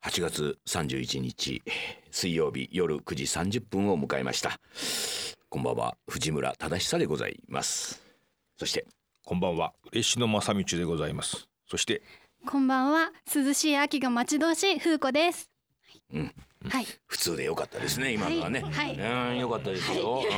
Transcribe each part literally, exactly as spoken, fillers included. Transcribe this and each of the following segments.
はちがつさんじゅういちにち水曜日夜くじさんじゅっぷんを迎えました。こんばんは、藤村忠久でございます。そしてこんばんは、嬉野正道でございます。そしてこんばんは、涼しい秋が待ち遠しい風子です。 うん、 はい、 普通でよかったですね、今のはね。 はい、 うん、よかったですよ。 はい、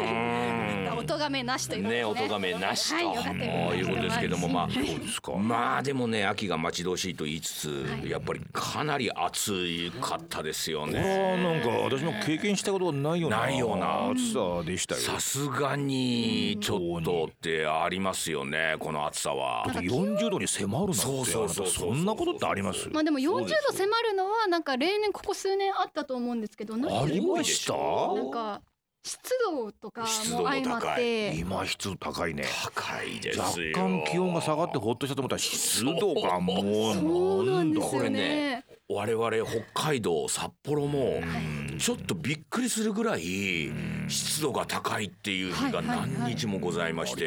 うん、音がめなしということですね。 ね、音がめなしと、 はい、 はい、いうことですけども、まあ、 そうですか。 まあでもね、秋が待ち遠しいと言いつつ、 はい、 やっぱりかなり暑かったですよね。 あ、なんか私も経験したことがないようなないような暑さでしたよ。 さすがにちょっとってありますよね、この暑さは。 よんじゅうどに迫るなんて、 そうそうそうそう、 そんなことってあります？ まあでもよんじゅうど迫るのはなんか例年ここ数年あったと思うんですけど、 ありました？ なんか湿度とかも相まって、 今湿度高いね。 高いですよ。 若干気温が下がってほっとしたと思ったら湿度がもう、 そうなんですこれよね。 ね、我々北海道札幌もちょっとびっくりするぐらい湿度が高いっていう日が何日もございまして、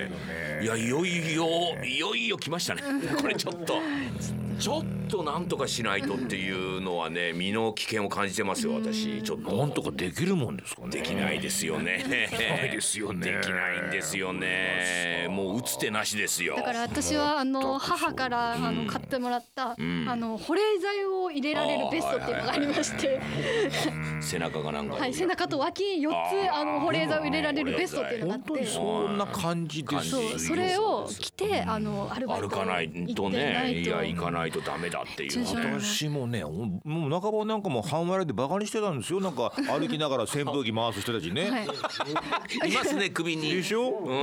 いや、いよいよいよいよ来ましたね。これちょっとちょっとなんとかしないとっていうのはね、身の危険を感じてますよ、私。ちょっとなんとかできるもんですかね。 できないですよね。 できないですよね。 できないんですよね。もう打つ手なしですよ。 だから私はあの母からあの買ってもらったあの保冷剤を入れられるベストっていうのがありまして、 背中がなんか、 はい、背中と脇よっつあの保冷剤を入れられるベストっていうのがあって、 本当にそんな感じですよ。 そう、それを着てあのアルバイト歩かないとね、いや行かないとダメだっていう。 私もね、もう半ばなんかもう半笑いでバカにしてたんですよ。なんか歩きながら扇風機回す人たちね、はい、 いますね、首に。 でしょ、うん、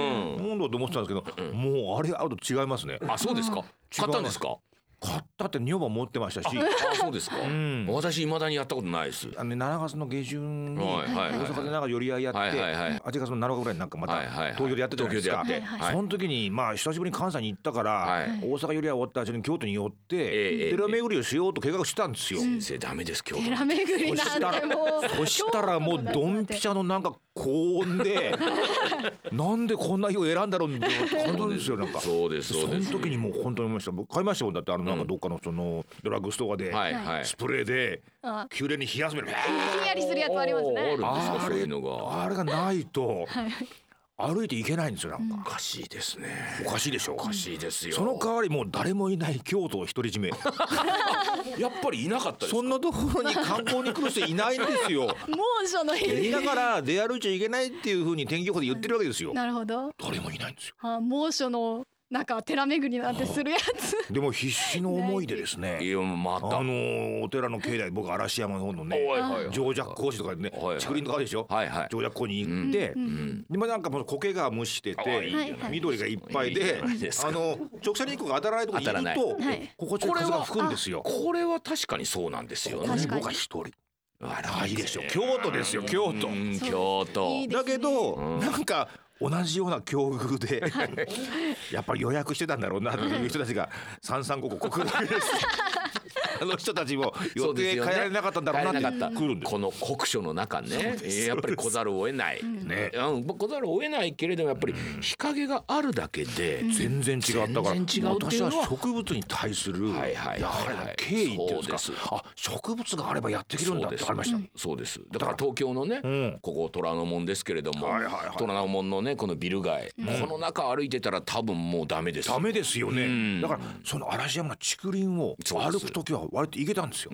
なんだと思ってたんですけど、うん、もうあれあると違いますね。 あ、そうですか。買ったんですか？ 買ったって女房持ってましたし。 あ、そうですか、うん、私未だにやったことないです。 あの、ね、しちがつの下旬に大阪でなんか寄り合いやって、はいはいはい、はちがつのなのかぐらいになんかまた東京でやってたじゃないですか、はいはいはい、その時にまあ久しぶりに関西に行ったから、はい、大阪寄り合い終わった後に京都に寄って、えー、寺巡りをしようと計画してたんですよ。 先生ダメです、京都寺巡りなんてもうそしたらもうドンピシャのなんか高温でなんでこんな日を選んだろうって感じですよ。なんかそうですそうです。 その時にもう本当に思いました。僕買いましたもん。だってあのなんかどっかのそのドラッグストアでスプレーで急冷に冷やすみたいな、 ひんやりするやつありますね。 あれあれがないと歩いていけないんですよ。なんかおかしいですね。 おかしいでしょ。 おかしいですよ。 その代わりもう誰もいない京都を独り占めやっぱりいなかったですか？ そんなところに観光に来る人いないんですよ。 猛暑の日だから出歩いちゃいけないっていう風に天気予報で言ってるわけですよ。 なるほど。 誰もいないんですよ。 あ、猛暑のなんか寺巡りなんてするやつでも必死の思いでですね、 いや、またあのお寺の境内、僕嵐山の方のね常寂講師とかでね、竹林とかでしょ、はいはい、常寂講に行って、うんうん、でもなんかもう苔が蒸してていい緑がいっぱいで、いいあの直射日光が当たらないところにいると心地よい風が吹くんですよ。 これは確かにそうなんですよね。 僕は一人あらいいでしょ。京都ですよ、京都。 京都だけど、うん、なんか同じような境遇でやっぱり予約してたんだろうなっていう人たちが三々五々来るわけです。あの人たちも予定変えられなかったんだろうなって来るんです。 この酷暑の中ね、やっぱり来ざるを得ない、ね、うん、来ざるを得ないけれどもやっぱり日陰があるだけで全然違ったから、 全然違うっていうのは私は植物に対するやはり敬意っていうんですか、あ、植物があればやっていけるんだって分かりました。 そうです。だから東京のね、うん、ここ虎ノ門ですけれども、はいはいはい、虎ノ門のねこのビル街、うん、この中歩いてたら多分もうダメです。 ダメですよね、うん、だからその嵐山の竹林を歩くときは割と行けたんですよ、うん、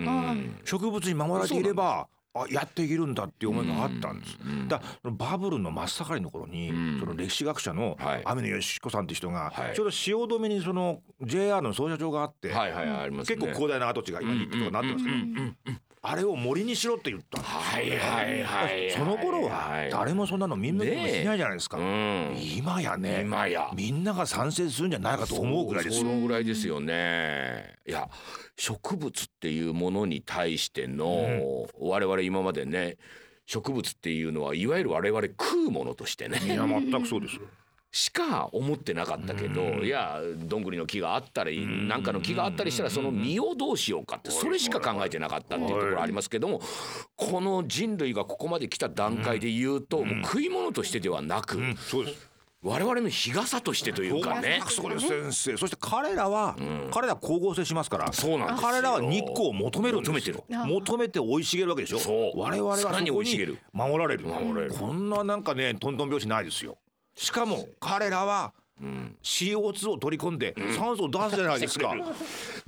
植物に守られていればあやっていけるんだっていう思いがあったんです、うん、だからバブルの真っ盛りの頃に、うん、その歴史学者の雨野義彦さんって人が、はい、ちょうど汐留にその ジェイアール の操車場があって、はいはいはい、結構広大な跡地が今にとかなってますけど、あれを森にしろって言ったんですよ。はいはいはい、その頃は誰もそんなのみんなでもしないじゃないですか、ね、うん、今やね、今やみんなが賛成するんじゃないかと思うぐらいですよ。 そのぐらいですよね。いや、植物っていうものに対しての、うん、我々今までね、植物っていうのはいわゆる我々食うものとしてね、 いや全くそうですしか思ってなかったけど、いやどんぐりの木があったりなんかの木があったりしたらその実をどうしようかってそれしか考えてなかったっていうところありますけども、この人類がここまで来た段階で言うともう食い物としてではなく、 そうです、 我々の日傘としてというかね。 そうです先生。そして彼らは、うん、彼らは光合成しますから。 そうなんですよ。 彼らは日光を求めるんですよ。求めてる。求めて生い茂るわけでしょ。 そう。 我々はそこに守られる。 守られる。 こんななんかねトントン拍子ないですよ。しかも彼らはうん、シーオーツー を取り込んで酸素を出すじゃないですか、うん、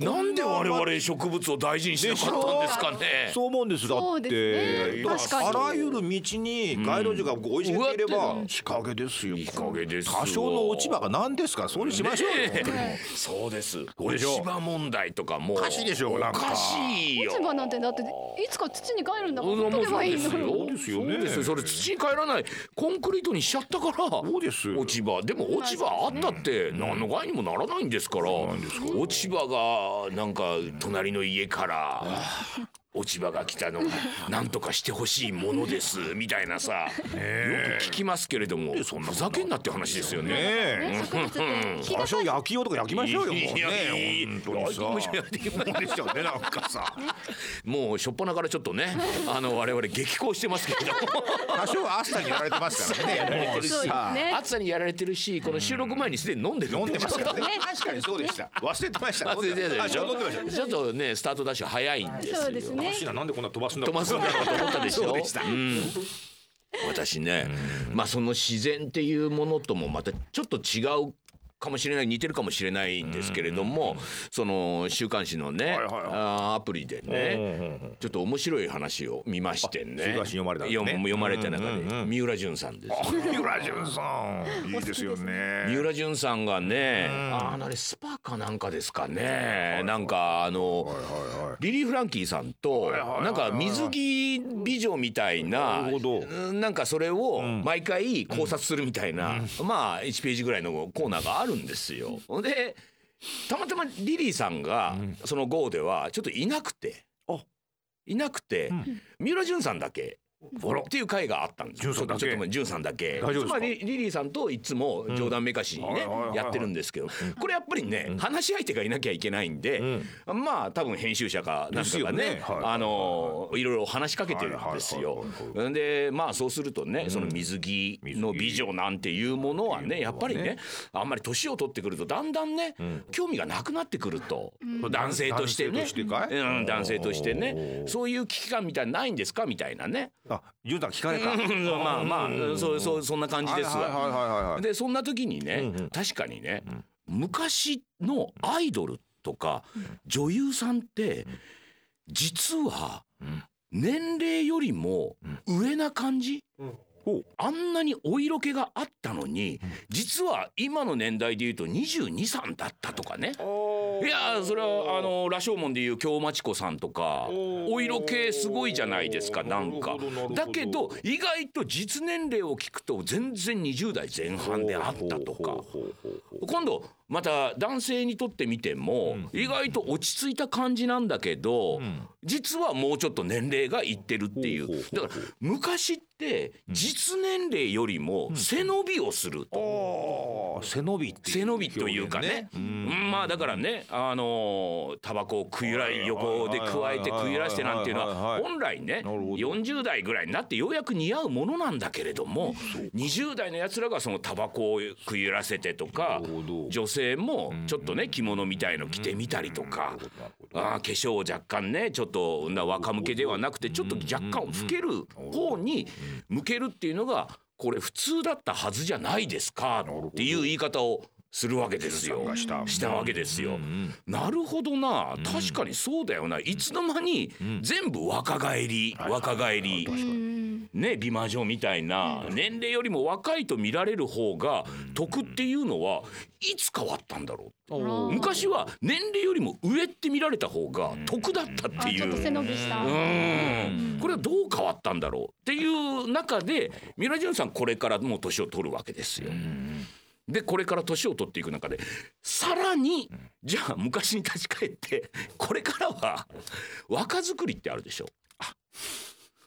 なんで我々植物を大事にしなかったんですかね。 そう思うんです。だって、ね、あらゆる道に街路樹が生い茂っていれば日陰ですよ。 日陰ですよ。 多少の落ち葉が何ですか、そうにしましょうよ、 ね、そうです。落ち葉問題とかもおかしいでしょ。なんかおかしいよ。 落ち葉なんてだっていつか土に帰るんだから取ればいいのに。 そうですよね。 そうです。それ土に帰らないコンクリートにしちゃったから。 そうです。 落ち葉でも落ち葉あったって何の害にもならないんですから、うん、落ち葉がなんか隣の家から落ち葉が来たのなんとかしてほしいものですみたいなさ、よく聞きますけれども、ふざけんなって話ですよね。 多少焼きようとか焼きましょうよ。もうね、 本当にさ。焼きましょうね。なんかさ、もう初っ端からちょっとね、あの我々激高してますけれども、 多少暑さにやられてますからね。 暑さにやられてるし、この収録前にすでに飲んでる。 飲んでますからね。確かにそうでした。忘れてました。 忘れてたでしょ。ちょっとねスタートダッシュ早いんですよ。 そうですね。 なんでこんな飛ばすんだ飛ばすんだろうと思ったでしょ。 そうでした。うん、 私ね、まあその自然っていうものともまたちょっと違うかもしれない、似てるかもしれないんですけれども、その週刊誌のね、アプリでね、ちょっと面白い話を見ましてね。 週刊誌読まれたんですね。 読まれた中で三浦淳さんです。 三浦淳さんいいですよね。 三浦淳さんがね、ああれスパかなんかですかね、なんかあのリリー・フランキーさんとなんか水着美女みたいな、なんかそれを毎回考察するみたいな、まあいちページぐらいのコーナーがあるんですよ。でたまたまリリーさんがその号ではちょっといなくていなくて、三浦淳さんだけっていう回があったんですよ。ちょっと淳さんだけ。つまりリリーさんといつも冗談めかしにねやってるんですけど、これやっぱりね話し相手がいなきゃいけないんで、まあ多分編集者かなんかがねあのいろいろ話しかけてるんですよ。でまあそうするとね、その水着の美女なんていうものはねやっぱりねあんまり年を取ってくるとだんだんね興味がなくなってくると、男性としてね、男性としてね、そういう危機感みたいなないんですかみたいなね。 あ、言うたら聞かれた。 まあまあそうそうそんな感じですわ。でそんな時にね、確かにね、昔のアイドルとか女優さんって実は年齢よりも上な感じ。あんなにお色気があったのに実は今の年代でいうとにじゅうに、さんだったとかね。いやそれはあの羅生門でいう京町子さんとかお色気すごいじゃないですか。なんかだけど意外と実年齢を聞くと全然にじゅうだいぜん半であったとか、今度また男性にとってみても意外と落ち着いた感じなんだけど、実はもうちょっと年齢がいってるっていう。だから昔って実年齢よりも背伸びをすると、 背伸びって背伸びというかね、まあだからね、あのタバコを食いらい横で加えて食いらしてなんていうのは本来ねよんじゅうだいぐらいになってようやく似合うものなんだけれども、にじゅうだいのやつらがそのタバコを食いらせてとか、女性もちょっとね着物みたいの着てみたりとか、あ化粧を若干ねちょっと若向けではなくてちょっと若干老ける方に向けるっていうのがこれ普通だったはずじゃないですかっていう言い方をするわけですよ。したわけですよ。なるほどな、確かにそうだよな。いつの間に全部若返り若返りね、美魔女みたいな年齢よりも若いと見られる方が得っていうのはいつ変わったんだろう。昔は年齢よりも上って見られた方が得だったっていう、 ちょっと背伸びした。 うんこれはどう変わったんだろうっていう中で三浦淳さんこれからもう年を取るわけですよ。でこれから年を取っていく中でさらにじゃあ昔に立ち返ってこれからは若作りってあるでしょ。老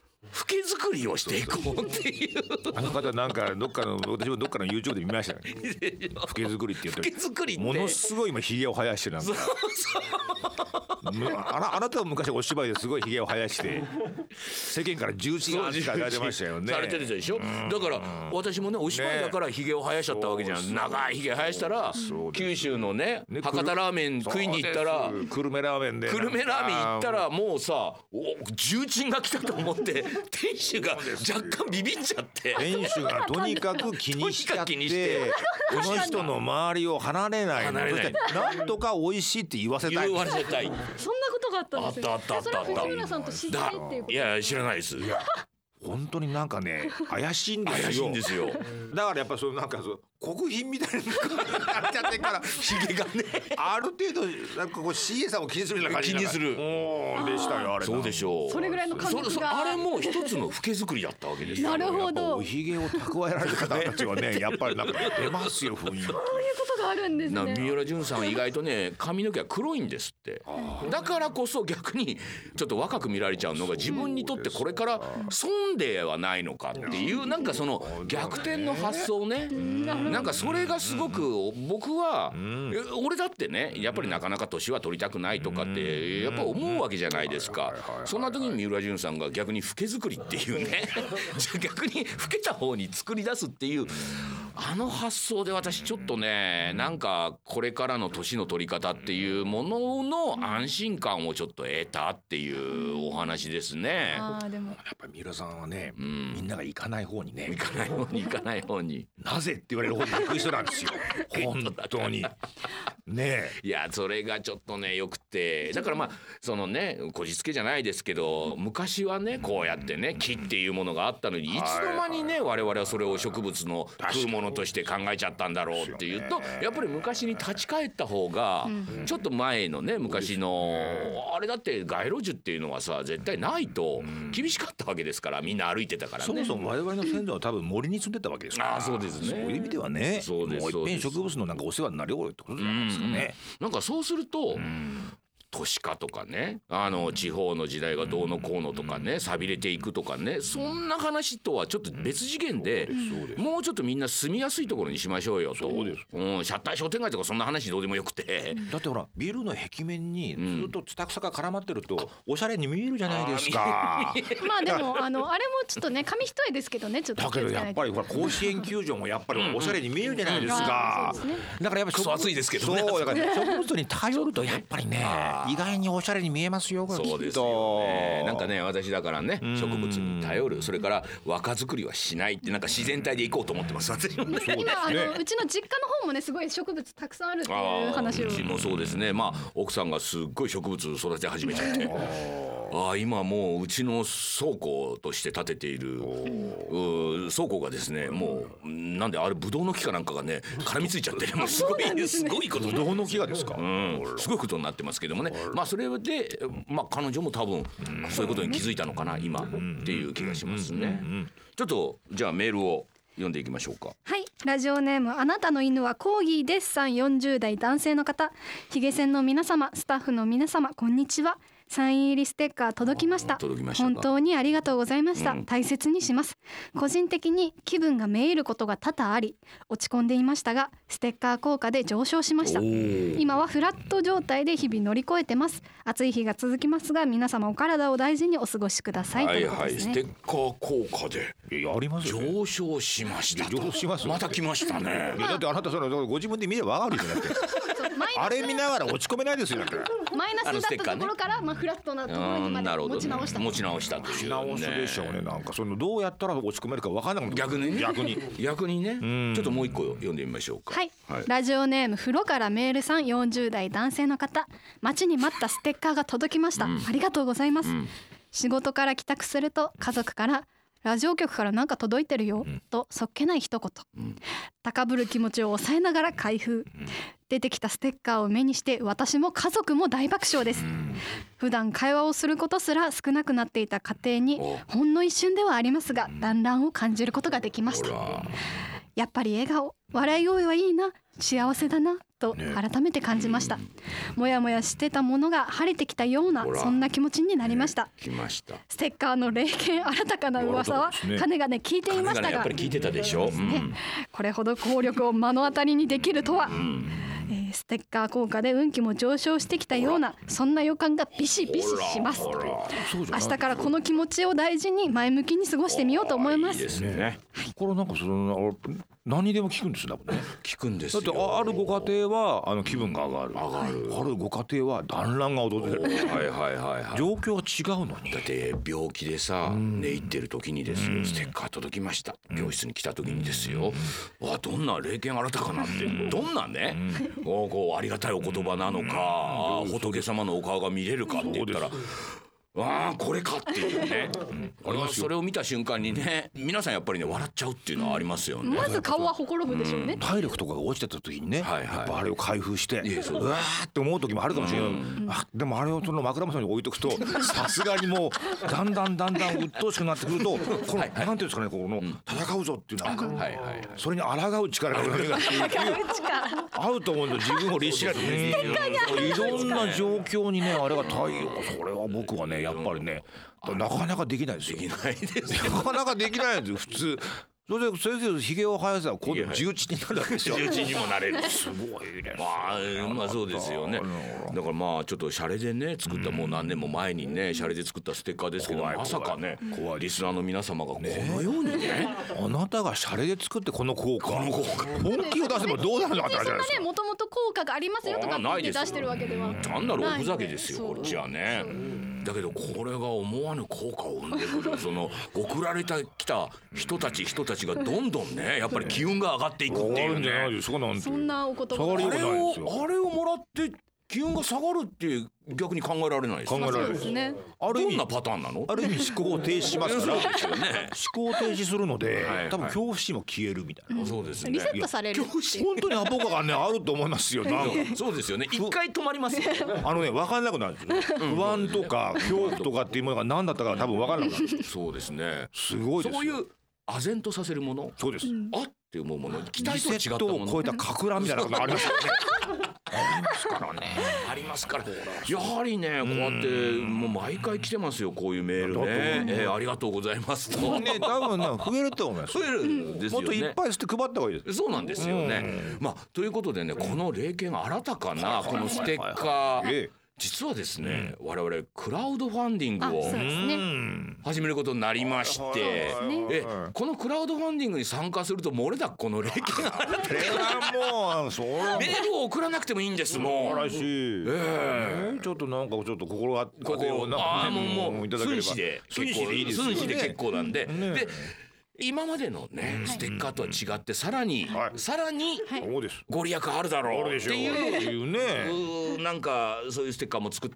老け作りをしていこうっていうあの方なんかどっかの私もどっかの YouTube で見ましたね老け作りって言うと老け作りってものすごい今ひげを生やしてなんかあな、あなたは昔お芝居ですごいひげを生やして世間から重視がされてましたよね。 されてるでしょ。だから私もねお芝居だからひげを生やしちゃったわけじゃん、ね、長いひげ生やしたら九州のね博多ラーメン食いに行ったら久留米ラーメンで久留米ラーメン行ったらもうさ重鎮が来たと思って店主が若干ビビっちゃって店主がとにかく気にしちゃってこの人の周りを離れない離れないなんとか美味しいって言わせたい言わせたいそんなことがあったんですよ。 あったあったあったあったそれは藤村さんと知ってるっていうこと。 いや知らないです。 本当になんかね怪しいんですよ。 怪しいんですよ。 だからやっぱそのなんかそう国賓みたいななっちゃってからひげがねある程度なんかこう シーエー さんを気にするような感じ気にするでしたよあれ。 そうでしょう。 それぐらいの感覚があれも一つの老け作りだったわけですよ。 なるほど。 おひげを蓄えられる方たちはねやっぱりなんか出ますよ雰囲気。 そういうことがあるんですね。 三浦淳さんは意外とね髪の毛は黒いんですって。だからこそ逆にちょっと若く見られちゃうのが自分にとってこれから損ではないのかっていうなんかその逆転の発想ね。なんかそれがすごく僕は俺だってねやっぱりなかなか年は取りたくないとかってやっぱ思うわけじゃないですか。そんな時に三浦淳さんが逆に老け作りっていうねじゃあ逆に老けた方に作り出すっていうあの発想で私ちょっとねなんかこれからの年の取り方っていうものの安心感をちょっと得たっていうお話ですね。 あーでもやっぱり三浦さんはね、うん、みんなが行かない方にね行かない方に行かない方になぜって言われる方に行く人なんですよ本当にねえ。いやそれがちょっとねよくてだからまあそのねこじつけじゃないですけど昔はねこうやってね木っていうものがあったのにいつの間にね我々はそれを植物の食うものとして考えちゃったんだろうっていうとやっぱり昔に立ち返った方がちょっと前のね昔のあれだって街路樹っていうのはさ絶対ないと厳しかったわけですからみんな歩いてたからね。 そもそも我々の先祖は多分森に住んでたわけですから。 あそうですね。 そういう意味ではねそうですもう一遍植物のなんかお世話になるよってことじゃないですかね。 なんかそうすると都市化とかねあの地方の時代がどうのこうのとかね寂れていくとかねそんな話とはちょっと別次元でもうちょっとみんな住みやすいところにしましょうよと。そうです、うん、シャッター商店街とかそんな話どうでもよくてだってほらビルの壁面にずっとツタクサが絡まってるとおしゃれに見えるじゃないですか。 まあでもあのあれもちょっとね紙一重ですけどねちょっとだけどやっぱりほら甲子園球場もやっぱりおしゃれに見えるじゃないですか。だからやっぱクソ暑いですけどね。 そうだから植物に頼るとやっぱりね意外におしゃれに見えますよ。 そうですよね。なんかね私だからね植物に頼るそれから若作りはしないってなんか自然体でいこうと思ってます私もね。 今あのうちの実家の方もねすごい植物たくさんあるっていう話を。 うちもそうですね。まあ奥さんがすっごい植物育て始めちゃってああ今もううちの倉庫として建てている倉庫がですねもうなんであれブドウの木かなんかがね絡みついちゃってねもうすごいすごいこと。 ブドウの木がですか。 うんすごいことになってますけどもね。まあそれでまあ彼女も多分そういうことに気づいたのかな今っていう気がしますね。ちょっとじゃあメールを読んでいきましょうか。 はい、ラジオネームあなたの犬はコーギーですさんよんじゅう代男性の方。ヒゲセンの皆様スタッフの皆様こんにちは。サイン入りステッカー届きました。 届きました本当にありがとうございました、うん、大切にします。個人的に気分がめいることが多々あり落ち込んでいましたがステッカー効果で上昇しました。今はフラット状態で日々乗り越えてます。暑い日が続きますが皆様お体を大事にお過ごしください、 はいはい、 ということですね。 ステッカー効果でやりますよ、ね、 上昇しましたと。 上昇しますよ、 また来ましたね。 だってあなたそのご自分で見ればわかるじゃなくてあれ見ながら落ち込めないですよ。だからマイナスだったところから、ねまあ、フラットなところにまで持ち直した、 持ち直したという、ね、 直すでしょうね。なんかそのどうやったら落ち込めるか分からなくなる。 逆にね逆に逆にねちょっともう一個読んでみましょうか。 はい、はい、ラジオネーム風呂からメールさんよんじゅう代男性の方。待ちに待ったステッカーが届きました、うん、ありがとうございます、うん、仕事から帰宅すると家族からラジオ局からなんか届いてるよ、うん、とそっけない一言、うん、高ぶる気持ちを抑えながら開封、うん、出てきたステッカーを目にして私も家族も大爆笑です、うん、普段会話をすることすら少なくなっていた家庭にほんの一瞬ではありますが団らんを感じることができました。やっぱり笑顔笑い声はいいな幸せだなと改めて感じました、ね、もやもやしてたものが晴れてきたようなそんな気持ちになりました、ね、 来ました。 ステッカーの霊験新たかな噂はかねがね聞いていましたが、 やっぱり聞いてたでしょ、うんね、これほど効力を目の当たりにできるとは、うんえー、ステッカー効果で運気も上昇してきたようなそんな予感がビシビシします。明日からこの気持ちを大事に前向きに過ごしてみようと思います。 いいですね。 これなんかその何にでも聞くんですよね。 聞くんですよ。 だってあるご家庭はあの気分が上がる。上がる。あるご家庭は団らんが訪れる。はいはいはいはい。状況は違うのに。 だって病気でさ、寝入ってる時にですよ。ステッカー届きました。病室に来た時にですよ。わどんな霊験新たかなってどんなね、こうこうありがたいお言葉なのか、仏様のお顔が見れるかって言ったら。ああこれかっていうね、うん、それを見た瞬間にね皆さんやっぱりね笑っちゃうっていうのはありますよね。 まず顔はほころぶでしょうね、 うん、体力とかが落ちてた時にね、はいはい、やっぱあれを開封してうわーって思う時もあるかもしれない、うん、あでもあれをその枕元に置いとくとさすがにもうだんだんだんだん鬱陶しくなってくるとこの、はいはい、なんていうんですかねこの戦うぞっていうなんか、うんはいはいはい、それに抗う力が生まれるっていう合うと思うんだ自分を律しないとねいろんな状況にねあれが対応それは僕はねやっぱりねなかなかできないですよ。 できないですよ。 なかなかできないですよ普通。それで先生ひげを生やせば今度重鎮になるわけですよ。 重鎮にもなれる。 すごいね。 まあまあそうですよね。だからまあちょっとシャレでね作ったもう何年も前にねシャレで作ったステッカーですけどまさかねリスナーの皆様がこのようにねあなたがシャレで作ってこの効果本気を出せばどうなるのかって話じゃないですか。 もともと効果がありますよとかって出してるわけでは単なるおふざけですよこっちはね。だけどこれが思わぬ効果を生んでくるその送られてきた人たち人たちがどんどんねやっぱり機運が上がっていくっていうね。 そんなお言葉あれをあれをもらって気運が下がるって逆に考えられないですか。 考えられないですね。 ある意味どんなパターンなの？ ある意味思考を停止しますからそうですよね。 思考停止するので多分恐怖心も消えるみたいな。 そうですね。 リセットされる。 本当にアポカがねあると思いますよ。なんかそうですよね。一回止まりますよ。 あのね分かんなくなるんですよ。不安とか恐怖とかっていうものが何だったか多分分かんなくなる。 そうですね。 すごいですよ。 そういう唖然とさせるもの。 そうです。 あって思うもの。期待と違ったもの。 リセットを超えたかく乱みたいなことがありますよね。ありますからね。 ありますから。やはりねこうやってもう毎回来てますよこういうメールね。えー、ありがとうございますと。 ね多分ね増えると思います。 増えるんですよね。 もっといっぱいして配った方がいいです。 そうなんですよね。まあということでねこの霊験新たかなこのステッカー。実はですね、うん、我々クラウドファンディングを始めることになりまして、えこのクラウドファンディングに参加すると漏れだこの霊験がもうそれメールを送らなくてもいいんですもん。 素晴らしい、えー、ちょっとなんかちょっと心がここあもうもう寸志で寸志でいいですよね。 寸志で結構なんで、ね、で今までのね、うん、ステッカーとは違ってさらに、はい、さらにご利益あるだろうっていうねなんかそういうステッカーも作って、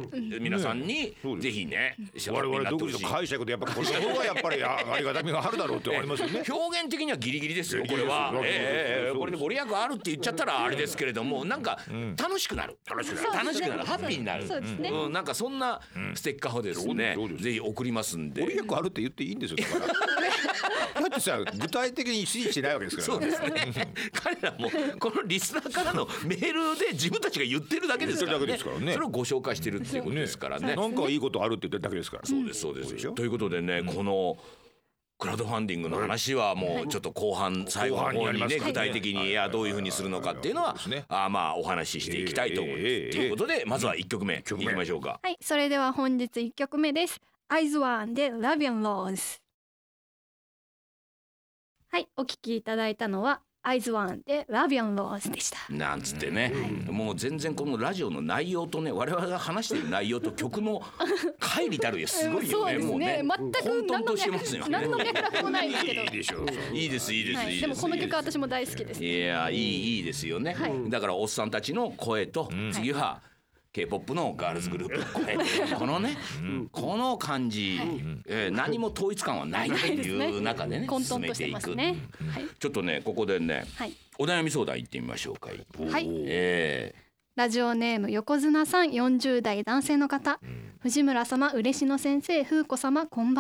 うん、皆さんに、ね、ぜひね我々独自の解釈でやっぱこれの方がやっぱりありがたみがあるだろうって思いますよね。 表現的にはギリギリですよこれは、えー、これでご利益あるって言っちゃったらあれですけれどもなんか楽しくなる楽しくなる楽しくなるハッピーになる、うん、なんかそんなステッカーをですね、うん、ぜひ送りますんで。 ご利益あるって言っていいんですよだからだってさ具体的に指示してないわけですから、 ね、そうですね彼らもこのリスナーからのメールで自分たちが言ってるだけですから ね, からねそれをご紹介してるっていうことですから ね, ねなんかいいことあるって言ってるだけですから。 そうですそうです、うん、ということでね、うん、このクラウドファンディングの話はもうちょっと後半最後の方にね具体的にいやどういうふうにするのかっていうのはあまあお話ししていきたいと思いますということでまずはいっきょくめいきましょうか。 はい、それでは本日いっきょくめです。アイズワンでラビアンローズ。はい、お聞きいただいたのはアイズワンでラビアンローズでした。 なんつってね、うん、もう全然このラジオの内容とね我々が話している内容と曲の乖離たるやすごいよね。 そうですね、 もうね全く何の脈何の脈絡もないですけど。いいでしょいいですいいです、はい、いいです。 でもこの曲私も大好きです。 いやいいいいですよね、はい、だからおっさんたちの声と、うん、次はK-ポップ のガールズグループの声、このね、うん、この感じ、はいえー、何も統一感はないっていう中でね進めていく、ねはい、ちょっとねここでね、はい、お悩み相談行ってみましょうか。 はい、えー、ラジオネーム横綱さんよんじゅうだい男性の方、うん、藤村様嬉野先生風子様こんばんは。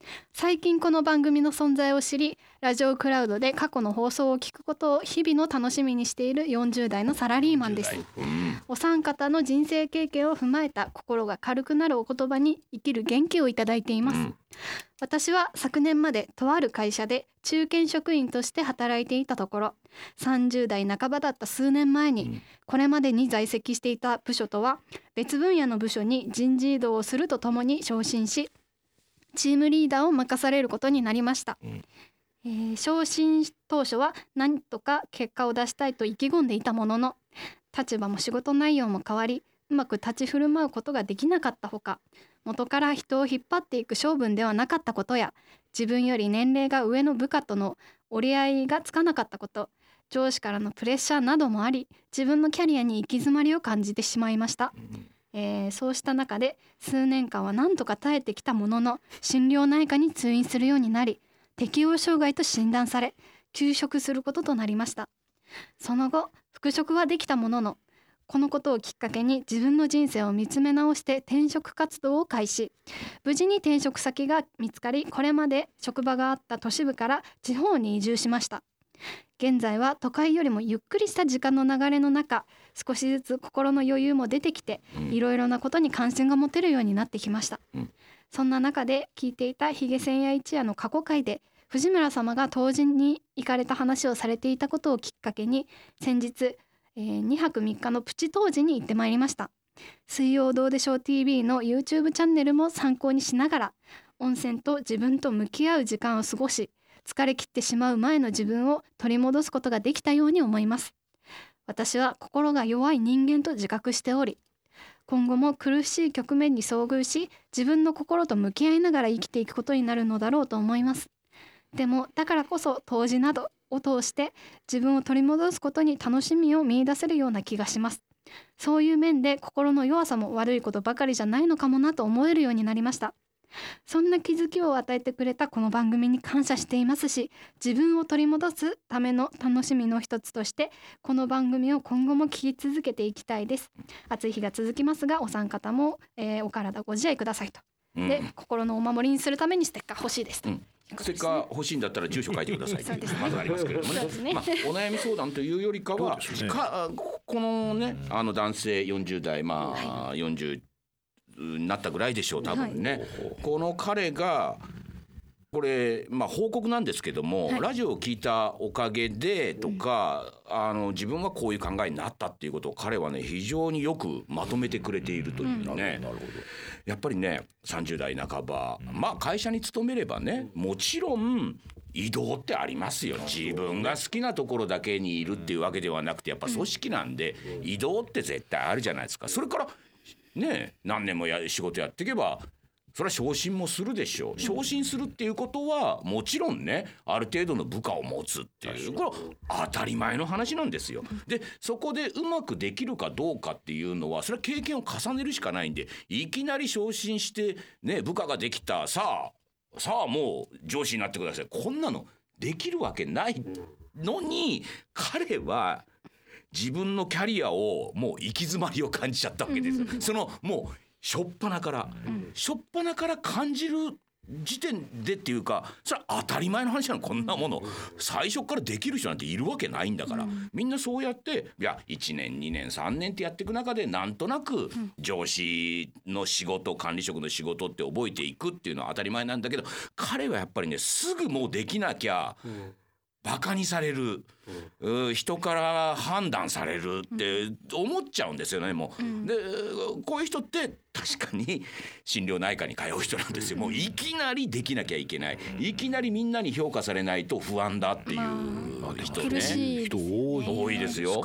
最近この番組の存在を知り、ラジオクラウドで過去の放送を聞くことを日々の楽しみにしているよんじゅう代のサラリーマンです。うん、お三方の人生経験を踏まえた心が軽くなるお言葉に生きる元気をいただいています。うん、私は昨年までとある会社で中堅職員として働いていたところ、さんじゅう代半ばだった数年前にこれまでに在籍していた部署とは別分野の部署に人事異動をするとともに昇進し、チームリーダーを任されることになりました。うん、えー、昇進当初は何とか結果を出したいと意気込んでいたものの、立場も仕事内容も変わり、うまく立ち振る舞うことができなかったほか、元から人を引っ張っていく性分ではなかったことや、自分より年齢が上の部下との折り合いがつかなかったこと、上司からのプレッシャーなどもあり、自分のキャリアに行き詰まりを感じてしまいました。うん、えー、そうした中で数年間は何とか耐えてきたものの、心療内科に通院するようになり、適応障害と診断され休職することとなりました。その後復職はできたものの、このことをきっかけに自分の人生を見つめ直して転職活動を開始。無事に転職先が見つかり、これまで職場があった都市部から地方に移住しました。現在は都会よりもゆっくりした時間の流れの中、少しずつ心の余裕も出てきて、いろいろなことに関心が持てるようになってきました。うん、そんな中で聞いていたひげ千夜一夜の過去回で、藤村様が当時に行かれた話をされていたことをきっかけに、先日、えー、にはくみっかのプチ当時に行ってまいりました。水曜どうでしょう ティーブイ の YouTube チャンネルも参考にしながら、温泉と自分と向き合う時間を過ごし、疲れ切ってしまう前の自分を取り戻すことができたように思います。私は心が弱い人間と自覚しており、今後も苦しい局面に遭遇し、自分の心と向き合いながら生きていくことになるのだろうと思います。でもだからこそ当時などを通して自分を取り戻すことに楽しみを見出せるような気がします。そういう面で心の弱さも悪いことばかりじゃないのかもなと思えるようになりました。そんな気づきを与えてくれたこの番組に感謝していますし、自分を取り戻すための楽しみの一つとしてこの番組を今後も聞き続けていきたいです。暑い日が続きますが、お三方も、えー、お体ご自愛くださいと、うん、で心のお守りにするためにステッカー欲しいですと、うん、 ステッカー欲しいんだったら住所書いてくださいというまずありますけれども ね, ね、まあ、お悩み相談というよりかは、ね、かこのね、あの男性よんじゅう代、まあ、はい、よんじゅうなったぐらいでしょう多分ね、はい、この彼がこれ、まあ、報告なんですけども、はい、ラジオを聞いたおかげでとか、うん、あの自分はこういう考えになったっていうことを彼はね非常によくまとめてくれているというね、うん、やっぱりねさんじゅう代半ば、うん、まあ会社に勤めればねもちろん移動ってありますよ。自分が好きなところだけにいるっていうわけではなくて、やっぱ組織なんで移動って絶対あるじゃないですか。それからね、何年もや仕事やっていけばそれは昇進もするでしょう。昇進するっていうことはもちろんねある程度の部下を持つっていうこれは当たり前の話なんですよ。でそこでうまくできるかどうかっていうのはそれは経験を重ねるしかないんで、いきなり昇進してね部下ができたさあさあもう上司になってください、こんなのできるわけないのに、彼は自分のキャリアをもう行き詰まりを感じちゃったわけですよ。そのもうしょっぱなから、うん、しょっぱなから感じる時点でっていうか、それは当たり前の話なの。こんなもの最初からできる人なんているわけないんだから、うん、みんなそうやっていやいちねんにねんさんねんってやっていく中でなんとなく上司の仕事管理職の仕事って覚えていくっていうのは当たり前なんだけど、彼はやっぱりねすぐもうできなきゃ、うんバカにされる、うん、人から判断されるって思っちゃうんですよねもう、うん、でこういう人って確かに心療内科に通う人なんですよ。もういきなりできなきゃいけない、いきなりみんなに評価されないと不安だっていう人ね、 人多い、 多いですよ、 うん、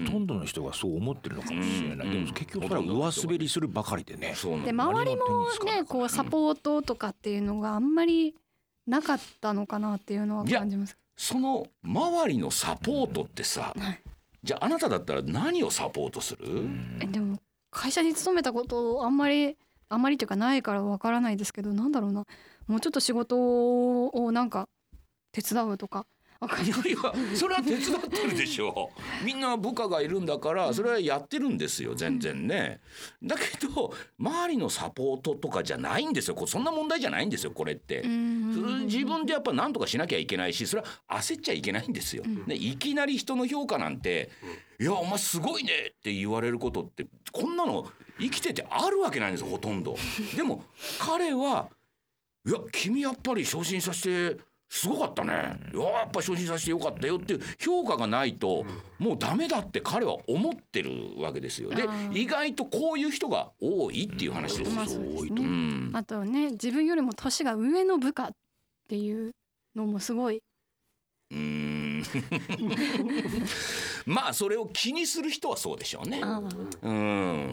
ほとんどの人がそう思ってるのかもしれない、うん、でも結局それは上滑りするばかりでね、 で周りもねこうサポートとかっていうのがあんまりなかったのかなっていうのは感じます。 その周りのサポートってさ、うん、じゃああなただったら何をサポートする？ えでも会社に勤めたことあんまりあんまりというかないからわからないですけど、なんだろうな、もうちょっと仕事をなんか手伝うとか、 いやいやそれは手伝ってるでしょみんな部下がいるんだからそれはやってるんですよ全然ね。だけど周りのサポートとかじゃないんですよ。そんな問題じゃないんですよこれって。自分でやっぱ何とかしなきゃいけないしそれは焦っちゃいけないんですよ、ね、いきなり人の評価なんていやお前すごいねって言われることってこんなの生きててあるわけないんですよほとんど。でも彼はいや君やっぱり昇進させてすごかったね、いややっぱ昇進させてよかったよっていう評価がないともうダメだって彼は思ってるわけですよ。で意外とこういう人が多いっていう話ですよ、 多いと、うん、あとね自分よりも年が上の部下っていうのもすごい。 うーんまあそれを気にする人はそうでしょうね。うん、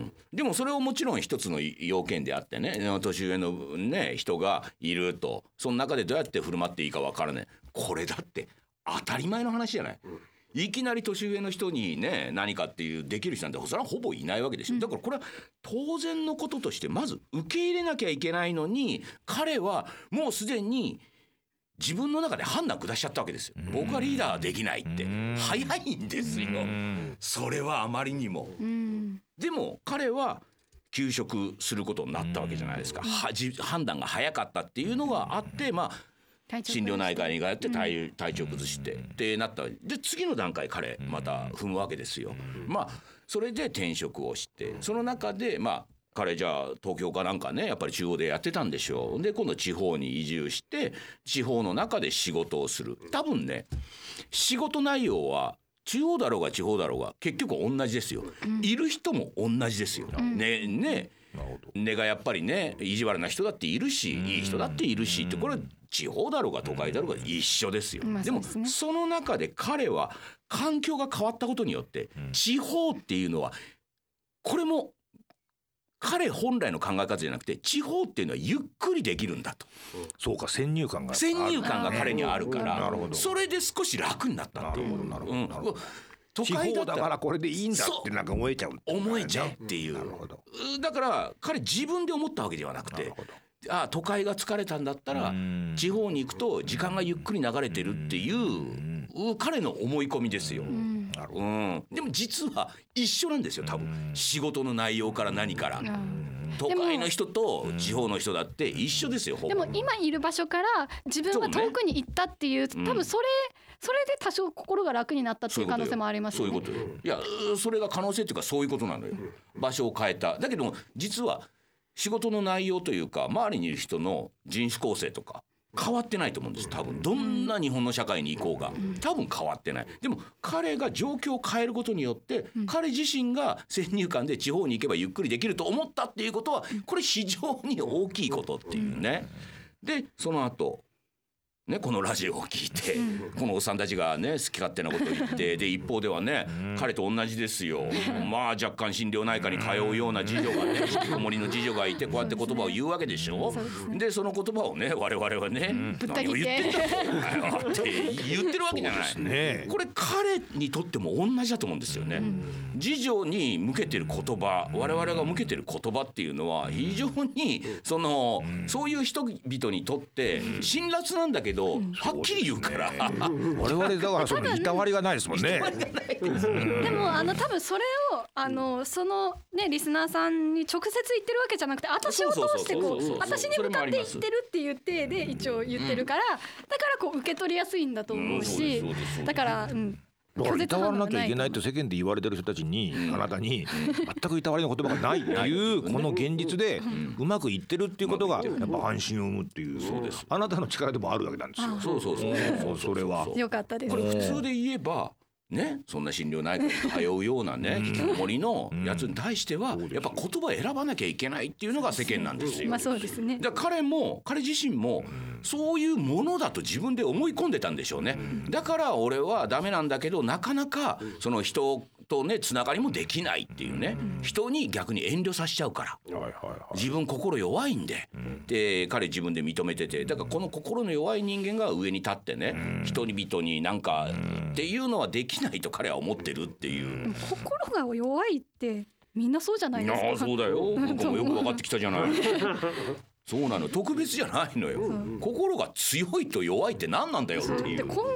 でもそれをもちろん一つの要件であってね年上の、ね、人がいるとその中でどうやって振る舞っていいかわからない。これだって当たり前の話じゃない。いきなり年上の人にね何かっていうできる人なんてそれはほぼいないわけですよ。だからこれは当然のこととしてまず受け入れなきゃいけないのに彼はもうすでに自分の中で判断下しちゃったわけですよ。僕はリーダーできないって早いんですよそれはあまりにも。でも彼は休職することになったわけじゃないですか。はじ判断が早かったっていうのがあってまあ心療内科に通って 体, 体調崩してってなった。で次の段階彼また踏むわけですよ。まあそれで転職をしてその中でまあ彼じゃあ東京かなんかねやっぱり中央でやってたんでしょう。で今度地方に移住して地方の中で仕事をする。多分ね仕事内容は中央だろうが地方だろうが結局同じですよ、うん、いる人も同じですよ、うん、ねね根がやっぱりね意地悪な人だっているしいい人だっているしってこれ地方だろうが都会だろうが一緒ですよ、うん、でもその中で彼は環境が変わったことによって地方っていうのはこれも彼本来の考え方じゃなくて地方っていうのはゆっくりできるんだと。 そうか先入観が先入観が彼にはあるからそれで少し楽になったっていう。 なるほどなるほど。都会だったらこれでいいんだってなんか思えちゃう思えちゃうっていう。なるほど。だから彼自分で思ったわけではなくてあ都会が疲れたんだったら地方に行くと時間がゆっくり流れてるっていう彼の思い込みですよ。うん、でも実は一緒なんですよ多分仕事の内容から何から都会の人と地方の人だって一緒ですよ。 でも今いる場所から自分が遠くに行ったっていう、多分それそれで多少心が楽になったっていう可能性もありますよね。 そういうことよ。いやそれが可能性っていうかそういうことなのよ。場所を変えた。だけど実は仕事の内容というか周りにいる人の人種構成とか変わってないと思うんです。多分どんな日本の社会に行こうが多分変わってない。でも彼が状況を変えることによって彼自身が先入観で地方に行けばゆっくりできると思ったっていうことはこれ非常に大きいことっていうね。でその後ね、このラジオを聞いて、うん、このおっさんたちがね好き勝手なことを言ってで一方ではね、うん、彼と同じですよ、うん、まあ若干心療内科に通うような次女がね引きこもりの次女がいてこうやって言葉を言うわけでしょ。で、ね、その言葉をね我々はね、うん、何を言ってんだって言ってるわけじゃない、ね、これ彼にとっても同じだと思うんですよね、うん、次女に向けてる言葉我々が向けてる言葉っていうのは非常にその、うん、そういう人々にとって辛辣なんだけどはっきり言うから我々だからそのいたわりがないですもんね。 でもあの多分それをあのそのねリスナーさんに直接言ってるわけじゃなくて私を通してこう私に向かって言ってるっていう体で一応言ってるから、だからこう受け取りやすいんだと思うし、だからうんだからいたわらなきゃいけないと世間で言われてる人たちに、うん、あなたに全くいたわりの言葉がないっていうこの現実でうまくいってるっていうことがやっぱ安心を生むっていう、そうです。あなたの力でもあるわけなんですよ。 そうそうそうそうそれはよかったです。 これ普通で言えばね、そんな心療内科に通うようなね引きこもりのやつに対してはやっぱ言葉選ばなきゃいけないっていうのが世間なんですよ。 まあそうですね。 だから彼も彼自身もそういうものだと自分で思い込んでたんでしょうね。だから俺はダメなんだけどなかなかその人とねつながりもできないっていうね、人に逆に遠慮させちゃうから自分心弱いんでで彼自分で認めてて、だからこの心の弱い人間が上に立ってね人々になんかっていうのはできないと彼は思ってるっていう。 心が弱いってみんなそうじゃないですか。 ああそうだよ。僕もよく分かってきたじゃないそうなの、特別じゃないのよ。心が強いと弱いって何なんだよっていう。 で今後も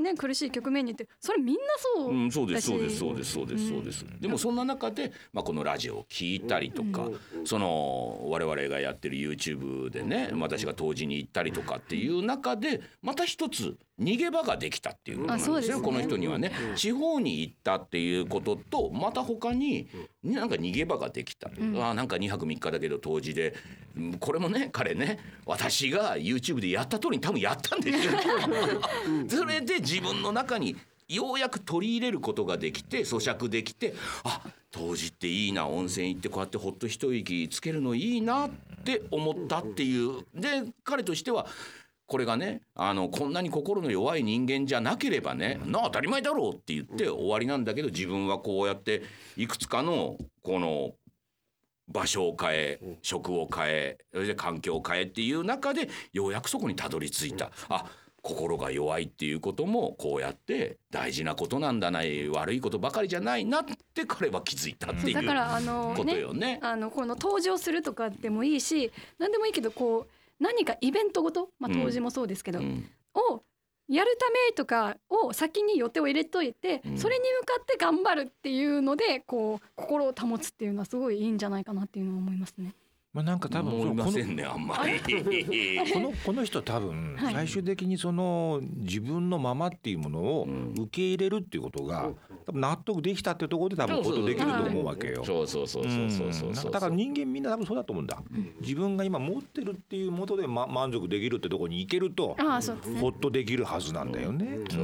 ね苦しい局面にってそれみんなそう、 うん、そうですそうですそうですそうですそうです、うん、でもそんな中で、まあ、このラジオを聞いたりとか、うん、その我々がやってる YouTube でね私が当時に行ったりとかっていう中でまた一つ逃げ場ができたっていうことなんですよ、 ですね、 この人にはね、うん、地方に行ったっていうこととまた他になんか逃げ場ができた、うん、あなんかにはくみっかだけど当時でこれもね彼ね私が YouTube でやった通りに多分やったんですよそれで自分の中にようやく取り入れることができて咀嚼できてあ当時っていいな温泉行ってこうやってほっと一息つけるのいいなって思ったっていうで彼としてはこれがねあのこんなに心の弱い人間じゃなければねな当たり前だろうって言って終わりなんだけど自分はこうやっていくつかのこの場所を変え職を変えそれで環境を変えっていう中でようやくそこにたどり着いたあ心が弱いっていうこともこうやって大事なことなんだな悪いことばかりじゃないなって彼は気づいたっていうだからあのことよね。 あのこの登場するとかでもいいし何でもいいけどこう何かイベントごと、まあ、当時もそうですけど、うん、をやるためとかを先に予定を入れといて、うん、それに向かって頑張るっていうのでこう心を保つっていうのはすごいいいんじゃないかなっていうのを思いますね。 まあ、なんか多分思いませんねあんまりこのこの人多分最終的にその自分のままっていうものを受け入れるっていうことが多分納得できたっていうところで多分ことできると思うわけよ。 そうそうそうそうそうそうそうだから人間みんな多分そうだと思うんだ。自分が今持ってるっていうもとで、ま、満足できるってところに行けるとほっとできるはずなんだよね。うん、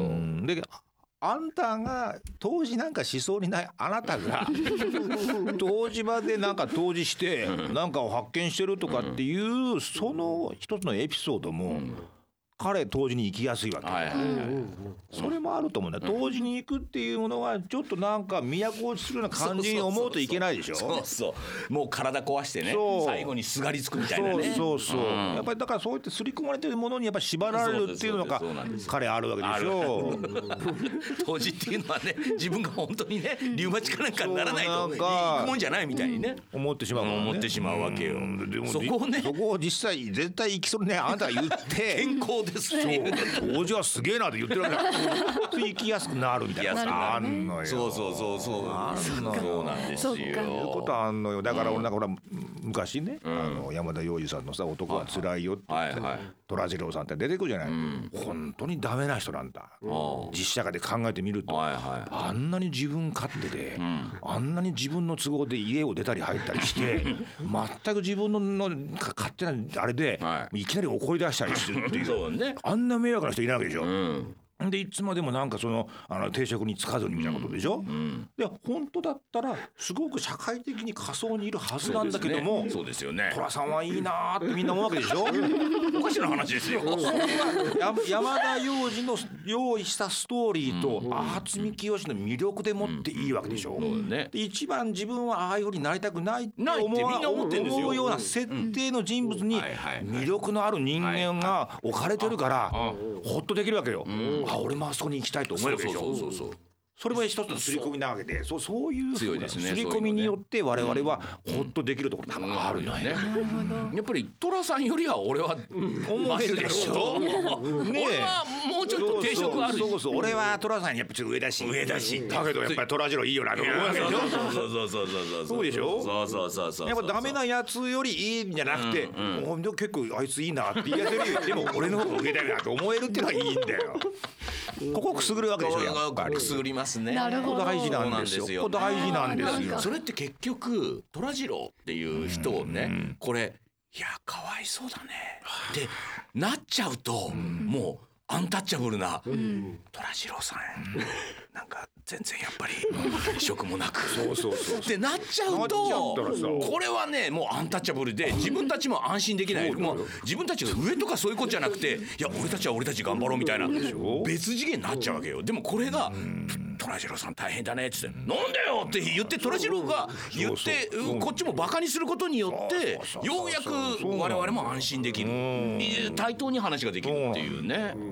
であんたが当時なんかしそうにないあなたが当時までなんか当時してなんかを発見してるとかっていうその一つのエピソードも彼当時に行きやすいわけ、はいはいはい、それもあると思うんだ。当時に行くっていうものはちょっとなんか都落ちするような感じに思うといけないでしょ。 そうそうもう体壊してね最後にすがりつくみたいなね。 そうそうそう、うん、やっぱりだからそうやって刷り込まれてるものにやっぱり縛られるっていうのが彼あるわけでしょ。 当時っていうのはね自分が本当にねリウマチかなんかにならないと行くもんじゃないみたいにね、 うん、思ってしまうもんね、 思ってしまうわけよ、うん、でもそこをねそこを実際絶対行きそうにねあなたが言って健康ですね当時はすげえなって言ってるわけだ行きやすくなるみたいなあんのよ。 そうそうそうそうあんのよ。そうなんですよ。そういうことあんのよ。だから俺なんかほら昔ね、うん、あの山田洋次さんのさ男はつらいよって言って、はいはい、虎次郎さんって出てくるじゃない、うん、本当にダメな人なんだ、うん、実写化で考えてみると、はいはい、あんなに自分勝手で、うん、あんなに自分の都合で家を出たり入ったりして全く自分のの勝手なあれで、はい、いきなり怒り出したりするっていうそう、ね、あんな迷惑な人いないわけでしょ、うんでいつまでもなんかそのあの定職に就かずにみたいなことでしょ、うんうん、で本当だったらすごく社会的に仮想にいるはずなんだけどもそうですよね寅さんはいいなってみんな思うわけでしょおかしな話ですよ山田洋次の用意したストーリーと渥美清の魅力でもっていいわけでしょ、うんうんね、で一番自分はああいうふうになりたくないって思うような設定の人物に魅力のある人間が置かれてるからほっとできるわけよ、うんあ俺もあそこに行きたいと思えるわけでしょ。そうそうそうそうそれは一つの刷り込みなわけでそう、そういう刷り込みによって我々はほっとできるところ多分あるよね、 うん、やっぱり寅さんよりは俺は思えるでしょ、ね、俺はもうちょっと定職あるしそうそうそう俺は寅さんにやっぱちょっと上だし上だしだけどやっぱり寅次郎いいよなと思うわけでしょそうそうそうそうそうそうでしょそうそうそうそうやっぱダメなやつよりいいんじゃなくて、うんうん、結構あいついいなって言いやせるよでも俺の方が上だよなと思えるっていうのはいいんだよここくすぐるわけでしょやっぱりくすぐりますねなるほど大事なんですよ。ここ大事なんですよ。 それって結局虎次郎っていう人をね、うん、これいやかわいそうだねってなっちゃうと、うん、もうアンタッチャブルな、うん、虎次郎さん、うん、なんか全然やっぱり職もなくそうそうそうってなっちゃうとこれはねもうアンタッチャブルで自分たちも安心できないもう自分たちが上とかそういうことじゃなくていや俺たちは俺たち頑張ろうみたいな別次元になっちゃうわけよ。でもこれが虎次郎さん大変だねって言ってなんだよって言って虎次郎が言ってこっちもバカにすることによってようやく我々も安心できる対等に話ができるっていうね。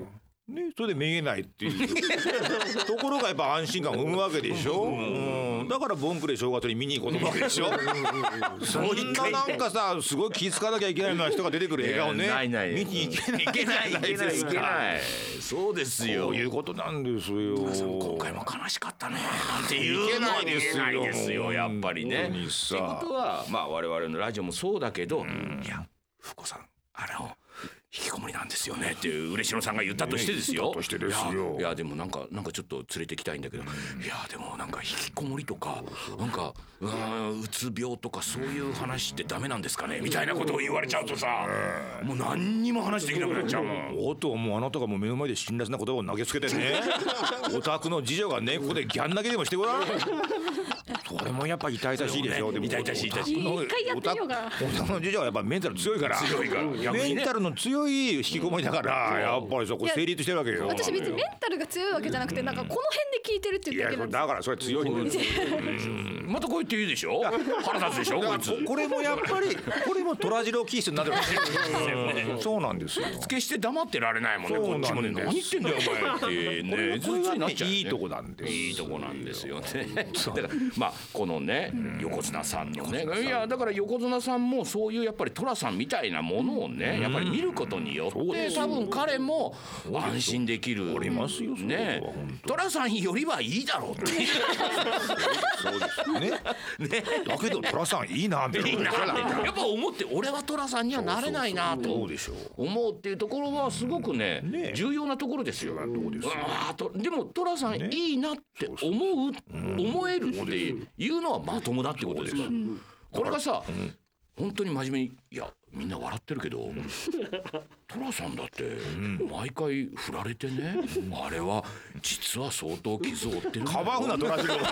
ね、それでめげないっていうところがやっぱ安心感を生むわけでしょ、うん、だからボンクレ正月に見に行こうと思うわけでしょそんななんかさすごい気遣わなきゃいけないような人が出てくる映画をねないない見に行けないいけないいけないいけないそうですよ。 そういうことなんですよ。 今回も悲しかったねなんていうのはいけないですよやっぱりね。っていうことはまあ我々のラジオもそうだけど、うん、いや福子さんあれを引きこもりなんですよねっていう嬉野さんが言ったとしてですよ。 としてですよ。 いやでもなんかなんかちょっと連れてきたいんだけど、うん、いやでもなんか引きこもりとかなんかうーんうつ病とかそういう話ってダメなんですかねみたいなことを言われちゃうとさ、もう何にも話できなくなっちゃうもん。 おともうあなたがもう目の前で辛辣な言葉を投げつけてねお宅の次女がねここでギャン投げでもしてごらんそれもやっぱ痛々しいでしょ。 ね、痛々しい痛々しい。 一回やってみようか。 お宅の次女はやっぱメンタル強いから強いからメンタルの強い引きこもりだから、うん、やっぱりそこ成立してるわけよ。 私別にメンタルが強いわけじゃなくてなんかこの辺で聞いてるっていうだけなんです。 いやだからそれ強いんですよまたこう言っていいでしょ腹立つでしょこいつ。 これもやっぱりこれも虎次郎気質になってるんそうなんですよ。 決して黙ってられないもんねこっちもね。何言ってんだよお前ってねずつになっちゃうね。 いいとこなんですいいとこなんですよねだからまあこのね横綱さんのねいやだから横綱さんもそういうやっぱり寅さんみたいなものをねやっぱり見ることによって多分彼も安心できるね。寅さんよりはいいだろうっていうそうですね。ねだけど寅さんいいなっていいなってやっぱ思って俺は寅さんにはなれないなと思うっていうところはすごくね重要なところですよ。でも寅さんいいなって思う思えるっていうのはまともだってことですから。これがさ本当に真面目にいやみんな笑ってるけど寅さんだって毎回振られてねあれは実は相当傷を負ってるんだよ。 かばうな寅次郎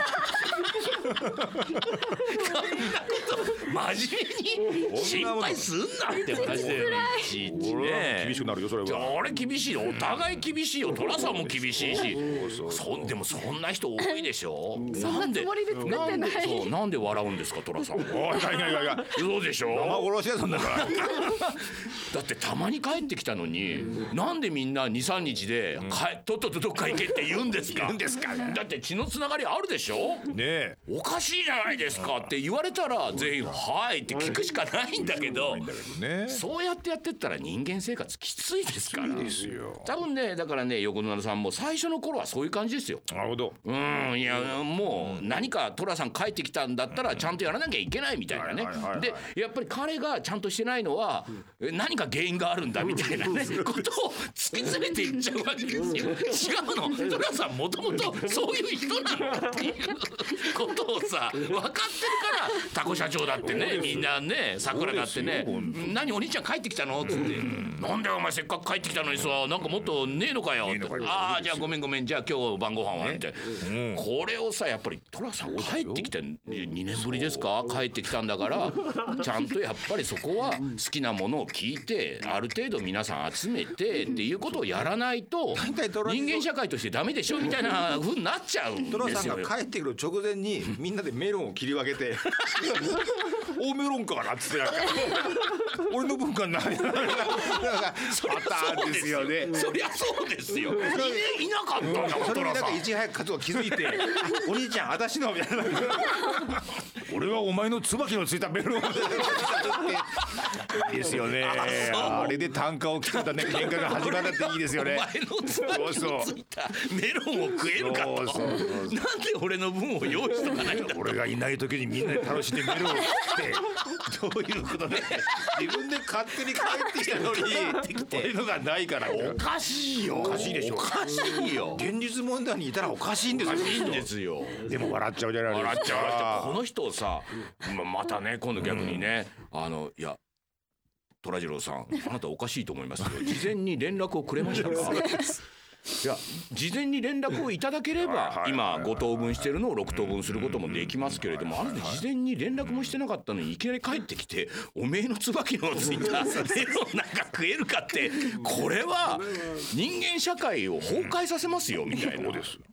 真面目に心配すんなって話だよね。 俺は厳しくなるよそれは。 あれ厳しいお互い厳しいよ。寅さんも厳しいしそんでもそんな人多いでしょ。 なんでなんでそうなんで笑うんですか寅さん。おいいやいやいやいやそうでしょ。 生殺し屋さんだからだってたまに帰ってきたのになんでみんな にさんにちでとっととどっか行けって言うんですか。だって血のつながりあるでしょ。 ねえおかしいじゃないですかって言われたら全員はいって聞くしかないんだけどそうやってやってったら人間生活きついですから。多分ねだからね横綱さんも最初の頃はそういう感じですよ。 なるほど。 うんいやもう何か寅さん帰ってきたんだったらちゃんとやらなきゃいけないみたいなね。でやっぱり彼がちゃんとしてないのは何か原因があるんだみたいなねことを突き詰めていっちゃうわけですよ。違うの寅さんもともとそういう人なのっていうことをさ分かってるからタコ社長だってねみんなね桜だってね何お兄ちゃん帰ってきたのっつってなんでお前せっかく帰ってきたのにさなんかもっとねえのかよってああじゃあごめんごめんじゃあ今日晩ご飯はみたいなこれをさやっぱり寅さん帰ってきてにねんぶりですか帰ってきたんだからちゃんとやっぱりそこは好きなものを聞いてある程度皆さん集めてっていうことをやらないと人間社会としてダメでしょみたいな風になっちゃうんですよ。 寅さんが帰ってくる直前にみんなでメロンを切り分けておメロンかなっつってなんか俺の分がないパターンですよね。 そりゃそうですよ。いなかったんだそれになんかいち早くカツオ気づいてお兄ちゃん私のみたいな俺はお前の椿のついたメロンをいいですよね。あれで単価を切ったね喧嘩が始まったっていいですよね。 お前の椿のついたメロンを食えるかとなんで俺の分を用意しとかないんだ。 俺がいない時にみんなで楽しんでメロンを食ってどういうことね。自分で勝手に帰ってきたのに俺のがないからおかしいよ。 おかしいでしょ。 おかしいよ。 現実問題にいたらおかしいんですよ。 おかしいんですよ。 でも笑っちゃうじゃないですか。 笑っちゃう。この人をさま, またね今度逆にね、うん、あのいや虎次郎さんあなたおかしいと思いますよ。事前に連絡をくれましたか。いや事前に連絡をいただければ今ご等分してるのをろく等分することもできますけれどもあなた事前に連絡もしてなかったのにいきなり帰ってきておめえの椿のついたメロンなんか食えるかってこれは人間社会を崩壊させますよみたいな。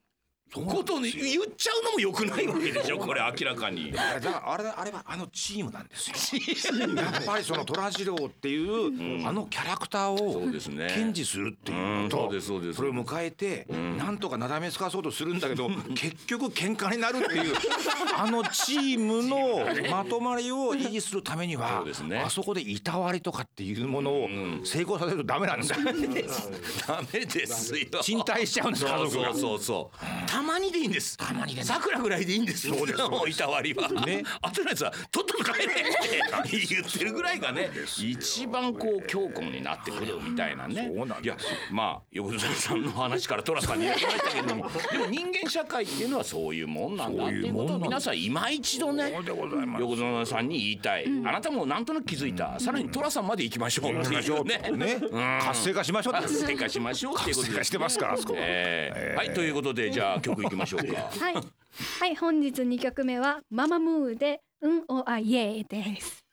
ことに言っちゃうのも良くないわけでしょこれ明らかに。 あれだあれあれはあのチームなんですよ。やっぱりその虎次郎っていう、うん、あのキャラクターを堅持するっていうと、うん、そ, それを迎えて、うん、なんとかなだめすかそうとするんだけど結局喧嘩になるっていうあのチームのまとまりを維持するためには、ね、あそこでいたわりとかっていうものを成功させるとダメなんですよ。 ダメですよ。 賃貸しちゃうんです家族が。 そうそうそうたまにでいいんです。たまにでさくらぐらいでいいんですよ。そうですいたわりは、ね、あとのやつはとっとと帰れって言ってるぐらいがね一番こう強固になってくるみたいなね。 そうなんです。 いやまあ横澤さんの話から寅さんに言われましたけどもでも人間社会っていうのはそういうもんなんだっていうことを皆さん今一度ね横澤さんに言いたい、うん、あなたもなんとなく気づいた、うん、さらに寅さんまで行きましょうっていうね、 ね、うん、活性化しましょうって活性化しましょうっていうことで、 活性化してますからあそこ、 えーえー、はいということでじゃあ曲いきましょうか。 はい、はい、本日にきょくめはママムーでうんおあイエーです。